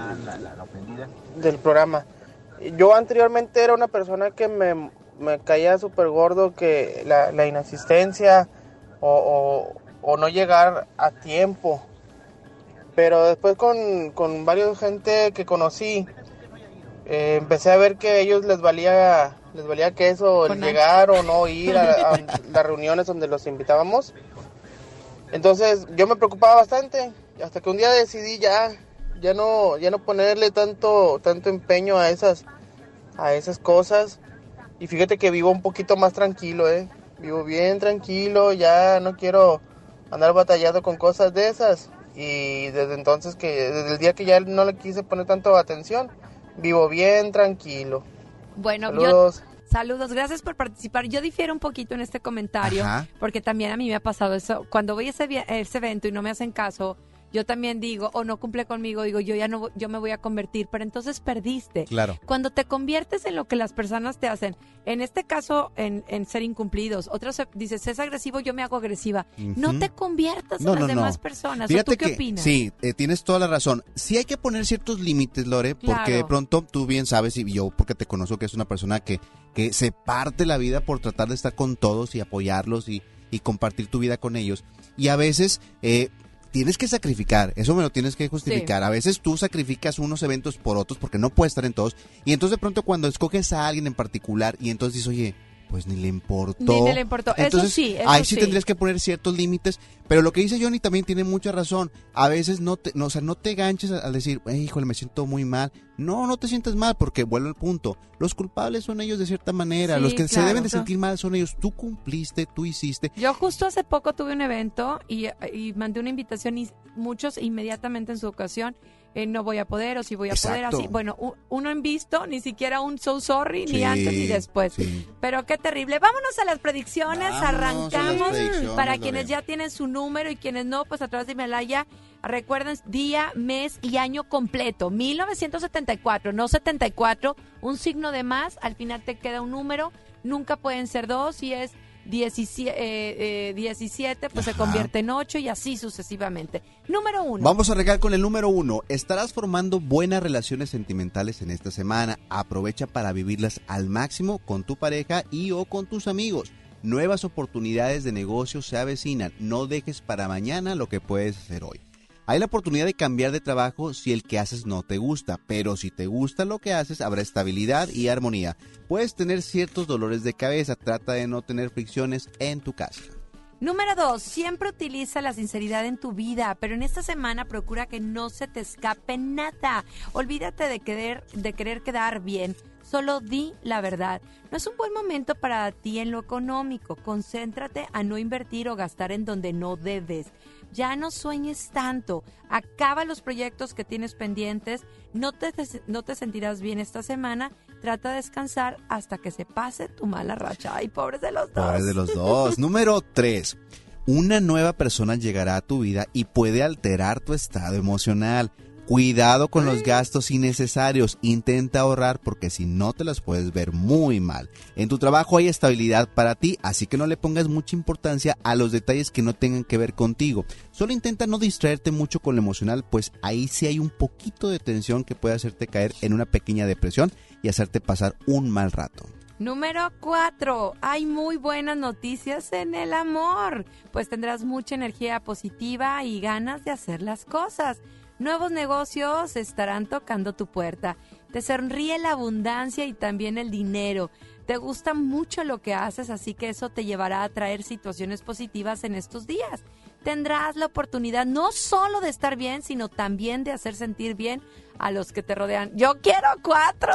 programa. Yo anteriormente era una persona que me caía súper gordo, que la inasistencia o no llegar a tiempo. Pero después con varios gente que conocí, empecé a ver que a ellos les valía queso el llegar o no ir a las reuniones donde los invitábamos. Entonces yo me preocupaba bastante, hasta que un día decidí ya no ponerle tanto empeño a esas cosas, y fíjate que vivo un poquito más tranquilo, vivo bien tranquilo, ya no quiero andar batallando con cosas de esas, y desde el día que ya no le quise poner tanto atención, vivo bien tranquilo. Bueno, Saludos, gracias por participar. Yo difiero un poquito en este comentario, porque también a mí me ha pasado eso. Cuando voy a ese evento y no me hacen caso, yo también digo, o no cumple conmigo, digo, yo me voy a convertir, pero entonces perdiste. Claro. Cuando te conviertes en lo que las personas te hacen, en este caso, en ser incumplidos, otros dices, es agresivo, yo me hago agresiva. No te conviertas en las demás personas. Fíjate, ¿o tú qué opinas? Sí, tienes toda la razón. Sí hay que poner ciertos límites, Lore, porque de pronto tú bien sabes, y yo porque te conozco que es una persona que se parte la vida por tratar de estar con todos y apoyarlos y compartir tu vida con ellos. Y a veces tienes que sacrificar, eso me lo tienes que justificar. Sí. A veces tú sacrificas unos eventos por otros porque no puedes estar en todos. Y entonces de pronto cuando escoges a alguien en particular y entonces dices, oye, pues ni le importó. Entonces, eso sí. Ahí sí tendrías que poner ciertos límites. Pero lo que dice Johnny también tiene mucha razón. A veces no te ganches al decir, híjole, me siento muy mal. No te sientas mal, porque vuelvo al punto. Los culpables son ellos de cierta manera. Sí, los que se deben de sentir mal son ellos. Tú cumpliste, tú hiciste. Yo justo hace poco tuve un evento y mandé una invitación y muchos inmediatamente en su ocasión, no voy a poder o si voy a poder, así. Bueno, uno en visto, ni siquiera un so sorry, ni antes ni después. Sí. Pero qué terrible. Vámonos a las predicciones, arrancamos. Para quienes ya tienen su número y quienes no, pues a través de Himalaya, recuerden día, mes y año completo. 1974, no 74, un signo de más, al final te queda un número, nunca pueden ser dos, si es 17, pues se convierte en 8 y así sucesivamente. Número 1. Vamos a arrancar con el número 1. Estarás formando buenas relaciones sentimentales en esta semana. Aprovecha para vivirlas al máximo con tu pareja y o con tus amigos. Nuevas oportunidades de negocio se avecinan. No dejes para mañana lo que puedes hacer hoy. Hay la oportunidad de cambiar de trabajo si el que haces no te gusta, pero si te gusta lo que haces, habrá estabilidad y armonía. Puedes tener ciertos dolores de cabeza, trata de no tener fricciones en tu casa. Número 2, siempre utiliza la sinceridad en tu vida, pero en esta semana procura que no se te escape nada. Olvídate de querer quedar bien. Solo di la verdad. No es un buen momento para ti en lo económico. Concéntrate a no invertir o gastar en donde no debes. Ya no sueñes tanto. Acaba los proyectos que tienes pendientes. No te sentirás bien esta semana. Trata de descansar hasta que se pase tu mala racha. Ay, pobres de los dos. Pobres de los dos. Número 3. Una nueva persona llegará a tu vida y puede alterar tu estado emocional. Cuidado con los gastos innecesarios, intenta ahorrar porque si no te las puedes ver muy mal. En tu trabajo hay estabilidad para ti, así que no le pongas mucha importancia a los detalles que no tengan que ver contigo. Solo intenta no distraerte mucho con lo emocional, pues ahí sí hay un poquito de tensión que puede hacerte caer en una pequeña depresión y hacerte pasar un mal rato. Número 4. Hay muy buenas noticias en el amor, pues tendrás mucha energía positiva y ganas de hacer las cosas. Nuevos negocios estarán tocando tu puerta. Te sonríe la abundancia y también el dinero. Te gusta mucho lo que haces, así que eso te llevará a traer situaciones positivas en estos días. Tendrás la oportunidad no solo de estar bien, sino también de hacer sentir bien a los que te rodean. ¡Yo quiero 4!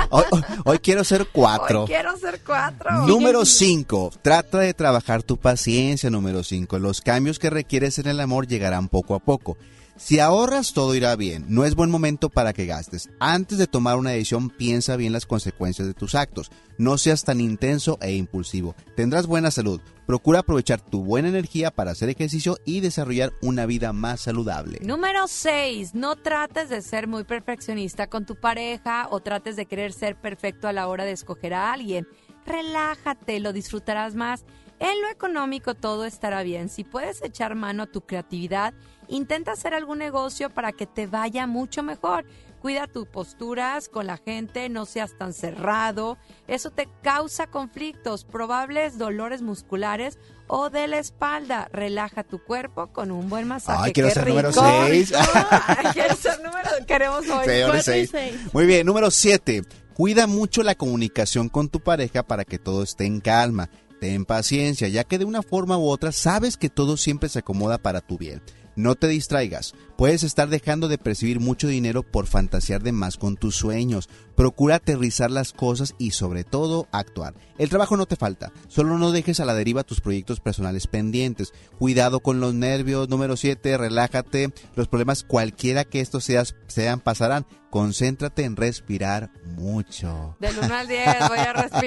Hoy quiero ser 4. Hoy quiero ser 4. Número 5. Trata de trabajar tu paciencia. Número 5. Los cambios que requieres en el amor llegarán poco a poco. Si ahorras, todo irá bien. No es buen momento para que gastes. Antes de tomar una decisión, piensa bien las consecuencias de tus actos. No seas tan intenso e impulsivo. Tendrás buena salud. Procura aprovechar tu buena energía para hacer ejercicio y desarrollar una vida más saludable. Número 6. No trates de ser muy perfeccionista con tu pareja o trates de querer ser perfecto a la hora de escoger a alguien. Relájate, lo disfrutarás más. En lo económico todo estará bien. Si puedes echar mano a tu creatividad, intenta hacer algún negocio para que te vaya mucho mejor. Cuida tus posturas con la gente, no seas tan cerrado. Eso te causa conflictos, probables dolores musculares o de la espalda. Relaja tu cuerpo con un buen masaje. Ay, quiero ¡Qué ser rico! número 6. ¿Quieres ser número? Queremos hoy. 4 y 6. Muy bien, número 7. Cuida mucho la comunicación con tu pareja para que todo esté en calma. Ten paciencia, ya que de una forma u otra sabes que todo siempre se acomoda para tu bien. No te distraigas. Puedes estar dejando de percibir mucho dinero por fantasear de más con tus sueños. Procura aterrizar las cosas y sobre todo actuar. El trabajo no te falta. Solo no dejes a la deriva tus proyectos personales pendientes. Cuidado con los nervios. Número 7. Relájate. Los problemas cualquiera que estos sean pasarán. Concéntrate en respirar mucho. Del 1 al 10, voy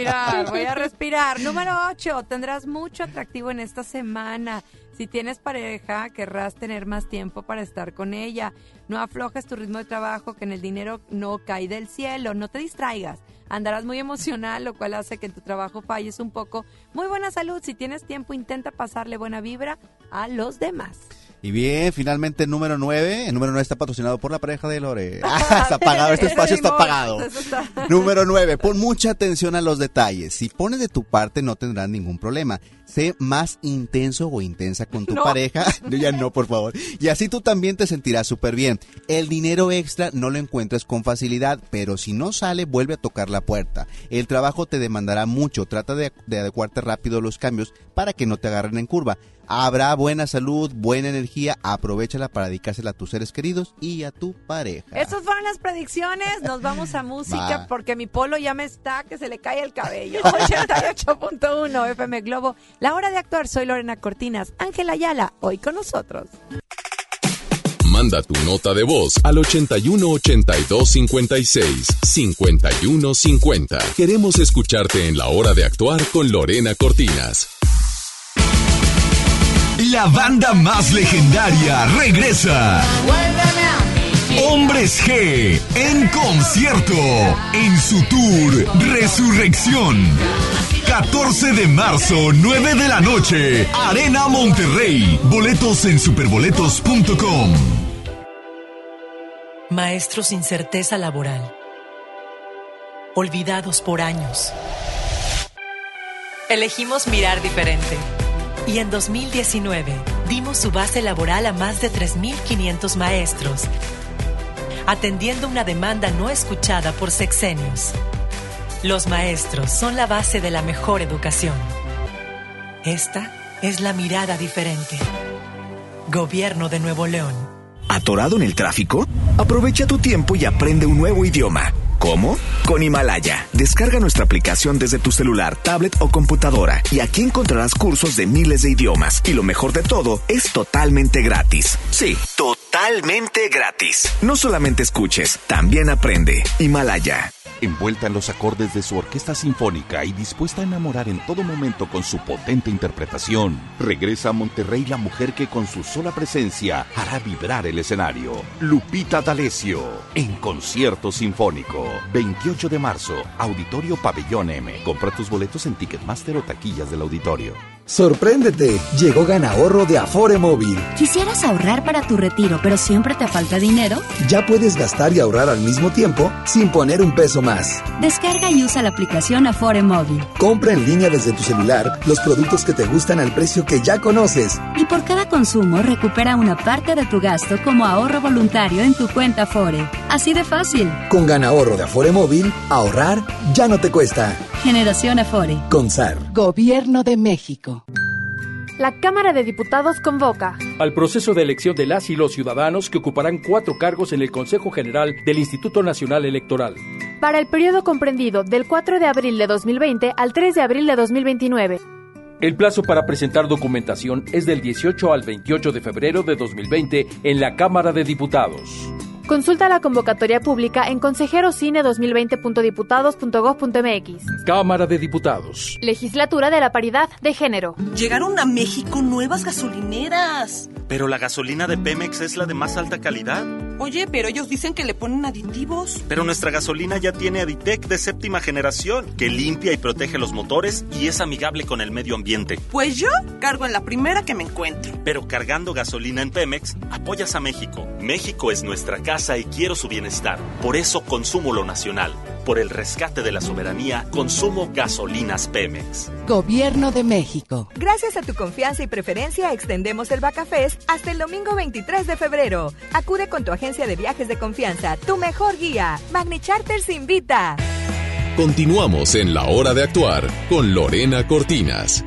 a respirar. Número 8, tendrás mucho atractivo en esta semana. Si tienes pareja, querrás tener más tiempo para estar con ella. No aflojes tu ritmo de trabajo, que en el dinero no cae del cielo. No te distraigas. Andarás muy emocional, lo cual hace que en tu trabajo falles un poco. Muy buena salud. Si tienes tiempo, intenta pasarle buena vibra a los demás. Y bien, finalmente el número 9. El número 9 está patrocinado por la pareja de Lore. Está apagado, este espacio está apagado. Número 9, pon mucha atención a los detalles. Si pones de tu parte no tendrás ningún problema. Sé más intenso o intensa con tu pareja. Ya no, por favor. Y así tú también te sentirás súper bien. El dinero extra no lo encuentres con facilidad, pero si no sale, vuelve a tocar la puerta. El trabajo te demandará mucho. Trata de adecuarte rápido a los cambios para que no te agarren en curva. Habrá buena salud, buena energía, aprovechala para dedicársela a tus seres queridos y a tu pareja. Estas fueron las predicciones, nos vamos a música porque mi polo ya me está que se le cae el cabello. 88.1 FM Globo, la hora de actuar, soy Lorena Cortinas, Ángela Ayala, hoy con nosotros. Manda tu nota de voz al 81 82 56 51 50. Queremos escucharte en la hora de actuar con Lorena Cortinas. La banda más legendaria regresa. Hombres G en concierto en su tour Resurrección. 14 de marzo, 9 de la noche, Arena Monterrey. Boletos en superboletos.com. Maestros sin certeza laboral. Olvidados por años. Elegimos mirar diferente. Y en 2019 dimos su base laboral a más de 3.500 maestros, atendiendo una demanda no escuchada por sexenios. Los maestros son la base de la mejor educación. Esta es la mirada diferente. Gobierno de Nuevo León. ¿Atorado en el tráfico? Aprovecha tu tiempo y aprende un nuevo idioma. ¿Cómo? Con Himalaya. Descarga nuestra aplicación desde tu celular, tablet o computadora y aquí encontrarás cursos de miles de idiomas. Y lo mejor de todo, es totalmente gratis. Sí, totalmente gratis. No solamente escuches, también aprende. Himalaya. Envuelta en los acordes de su orquesta sinfónica y dispuesta a enamorar en todo momento con su potente interpretación, regresa a Monterrey la mujer que con su sola presencia hará vibrar el escenario. Lupita D'Alessio, en concierto sinfónico. 28 de marzo, Auditorio Pabellón M. Compra tus boletos en Ticketmaster o taquillas del auditorio. ¡Sorpréndete! Llegó Ganahorro de Afore Móvil. ¿Quisieras ahorrar para tu retiro, pero siempre te falta dinero? Ya puedes gastar y ahorrar al mismo tiempo sin poner un peso más. Descarga y usa la aplicación Afore Móvil. Compra en línea desde tu celular los productos que te gustan al precio que ya conoces. Y por cada consumo recupera una parte de tu gasto como ahorro voluntario en tu cuenta Afore. Así de fácil. Con Ganahorro de Afore Móvil, ahorrar ya no te cuesta. Generación Afore. CONSAR. Gobierno de México. La Cámara de Diputados convoca al proceso de elección de las y los ciudadanos que ocuparán 4 cargos en el Consejo General del Instituto Nacional Electoral. Para el periodo comprendido del 4 de abril de 2020 al 3 de abril de 2029. El plazo para presentar documentación es del 18 al 28 de febrero de 2020 en la Cámara de Diputados. Consulta la convocatoria pública en consejerocine2020.diputados.gov.mx. Cámara de Diputados. Legislatura de la Paridad de Género. Llegaron a México nuevas gasolineras. Pero la gasolina de Pemex es la de más alta calidad. Oye, pero ellos dicen que le ponen aditivos. Pero nuestra gasolina ya tiene Aditec de 7ª generación, que limpia y protege los motores y es amigable con el medio ambiente. Pues yo cargo en la primera que me encuentro. Pero cargando gasolina en Pemex, apoyas a México. México es nuestra casa y quiero su bienestar. Por eso consumo lo nacional. Por el rescate de la soberanía, consumo gasolinas Pemex. Gobierno de México. Gracias a tu confianza y preferencia, extendemos el Bacafest hasta el domingo 23 de febrero. Acude con tu agencia de viajes de confianza, tu mejor guía. Magni Charters invita. Continuamos en La Hora de Actuar con Lorena Cortinas.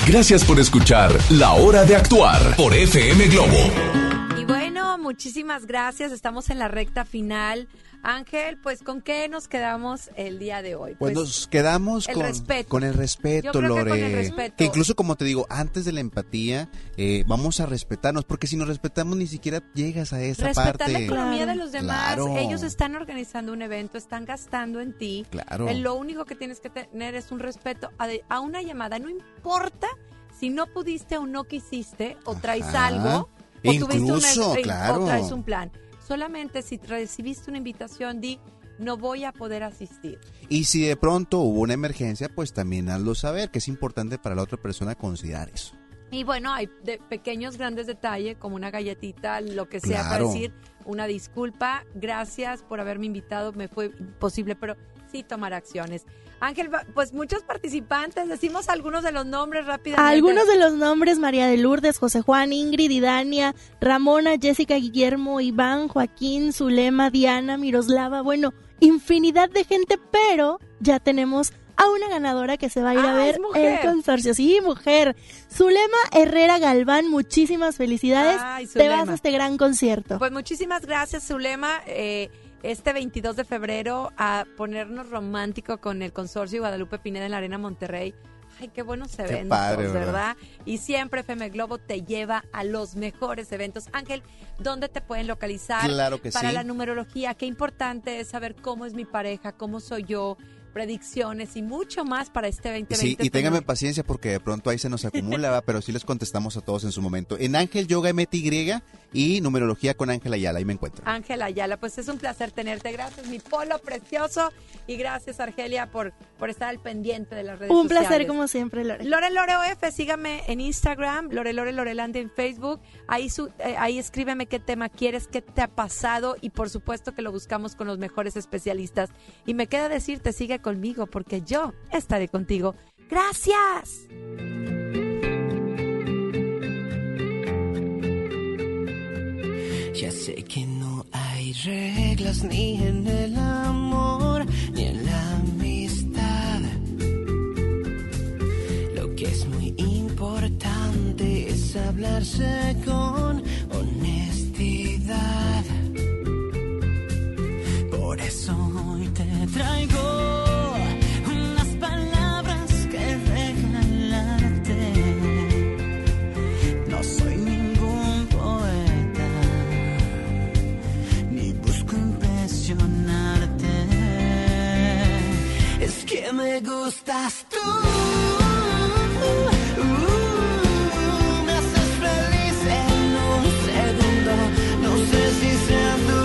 Gracias por escuchar La Hora de Actuar por FM Globo. Y bueno, muchísimas gracias. Estamos en la recta final. Ángel, pues ¿con qué nos quedamos el día de hoy? Pues nos quedamos con el respeto, Lore. Con el respeto. Que incluso, como te digo, antes de la empatía, vamos a respetarnos, porque si nos respetamos ni siquiera llegas a esa parte. Respetar la economía de los demás. Claro. Ellos están organizando un evento, están gastando en ti. Claro. Lo único que tienes que tener es un respeto a una llamada. No importa si no pudiste o no quisiste, o traes algo, o incluso, o traes un plan. Solamente si recibiste una invitación, di, no voy a poder asistir. Y si de pronto hubo una emergencia, pues también hazlo saber, que es importante para la otra persona considerar eso. Y bueno, hay de pequeños, grandes detalles, como una galletita, lo que sea, para decir una disculpa, gracias por haberme invitado, me fue imposible, pero sí tomar acciones. Ángel, pues muchos participantes, decimos algunos de los nombres rápidamente. Algunos de los nombres: María de Lourdes, José Juan, Ingrid, Idania, Ramona, Jessica, Guillermo, Iván, Joaquín, Zulema, Diana, Miroslava, bueno, infinidad de gente, pero ya tenemos a una ganadora que se va a ir a ver el consorcio. Sí, mujer. Zulema Herrera Galván, muchísimas felicidades. Te vas a este gran concierto. Pues muchísimas gracias, Zulema. Este 22 de febrero a ponernos romántico con el consorcio Guadalupe Pineda en la Arena Monterrey. Ay, qué buenos eventos, qué padre, ¿verdad? Y siempre FM Globo te lleva a los mejores eventos. Ángel, ¿dónde te pueden localizar? Claro que para sí. La numerología, qué importante es saber cómo es mi pareja, cómo soy yo, predicciones y mucho más para este 2020. Sí, y ténganme paciencia porque de pronto ahí se nos acumula, ¿va? Pero sí les contestamos a todos en su momento. En Ángel Yoga MTY y numerología con Ángel Ayala, ahí me encuentro. Ángel Ayala, pues es un placer tenerte. Gracias, mi polo precioso. Y gracias, Argelia, por estar al pendiente de las redes sociales. Un placer como siempre, Lore. Lore OF, sígame en Instagram, Lorelandia en Facebook. Ahí escríbeme qué tema quieres, qué te ha pasado y por supuesto que lo buscamos con los mejores especialistas. Y me queda decirte, sigue conmigo porque yo estaré contigo. ¡Gracias! Ya sé que no hay reglas ni en el amor ni en la amistad. Lo que es muy importante es hablarse con honestidad. Por eso hoy te traigo unas palabras que regalarte. No soy ningún poeta, ni busco impresionarte. Es que me gustas tú. Me haces feliz en un segundo. No sé si sea tu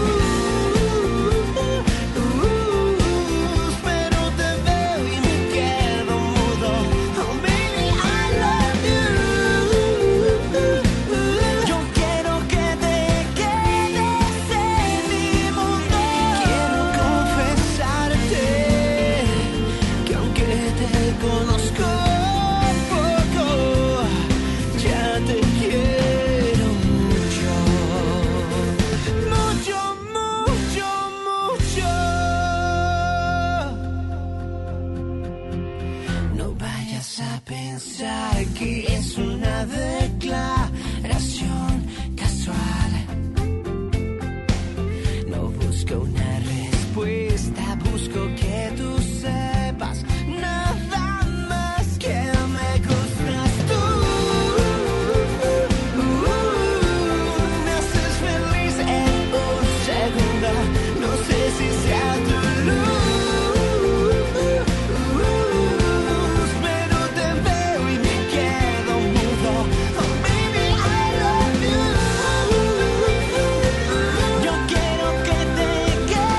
luz, pero te veo y me quedo mudo. Oh baby, I love you. Yo quiero que te quedes en mi mundo. Quiero confesarte que aunque te conozco poco, ya te quiero mucho. Mucho, mucho, mucho. No vayas a pensar que es una declaración casual. No busco una respuesta, busco que tú sepas nada más que me gustas tú. Me haces feliz en un segundo. No sé si sea tu luz, pero te veo y me quedo mudo. Oh baby, I love you. Yo quiero que te quedes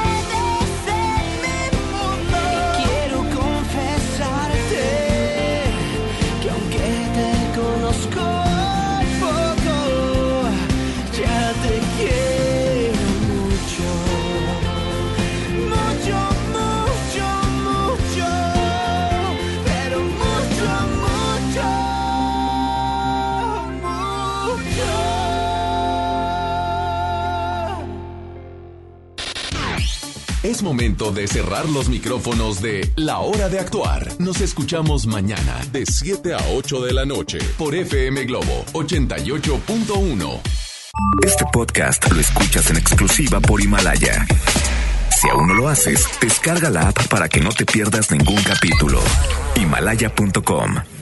Es momento de cerrar los micrófonos de La Hora de Actuar. Nos escuchamos mañana de 7 a 8 de la noche por FM Globo 88.1. Este podcast lo escuchas en exclusiva por Himalaya. Si aún no lo haces, descarga la app para que no te pierdas ningún capítulo. Himalaya.com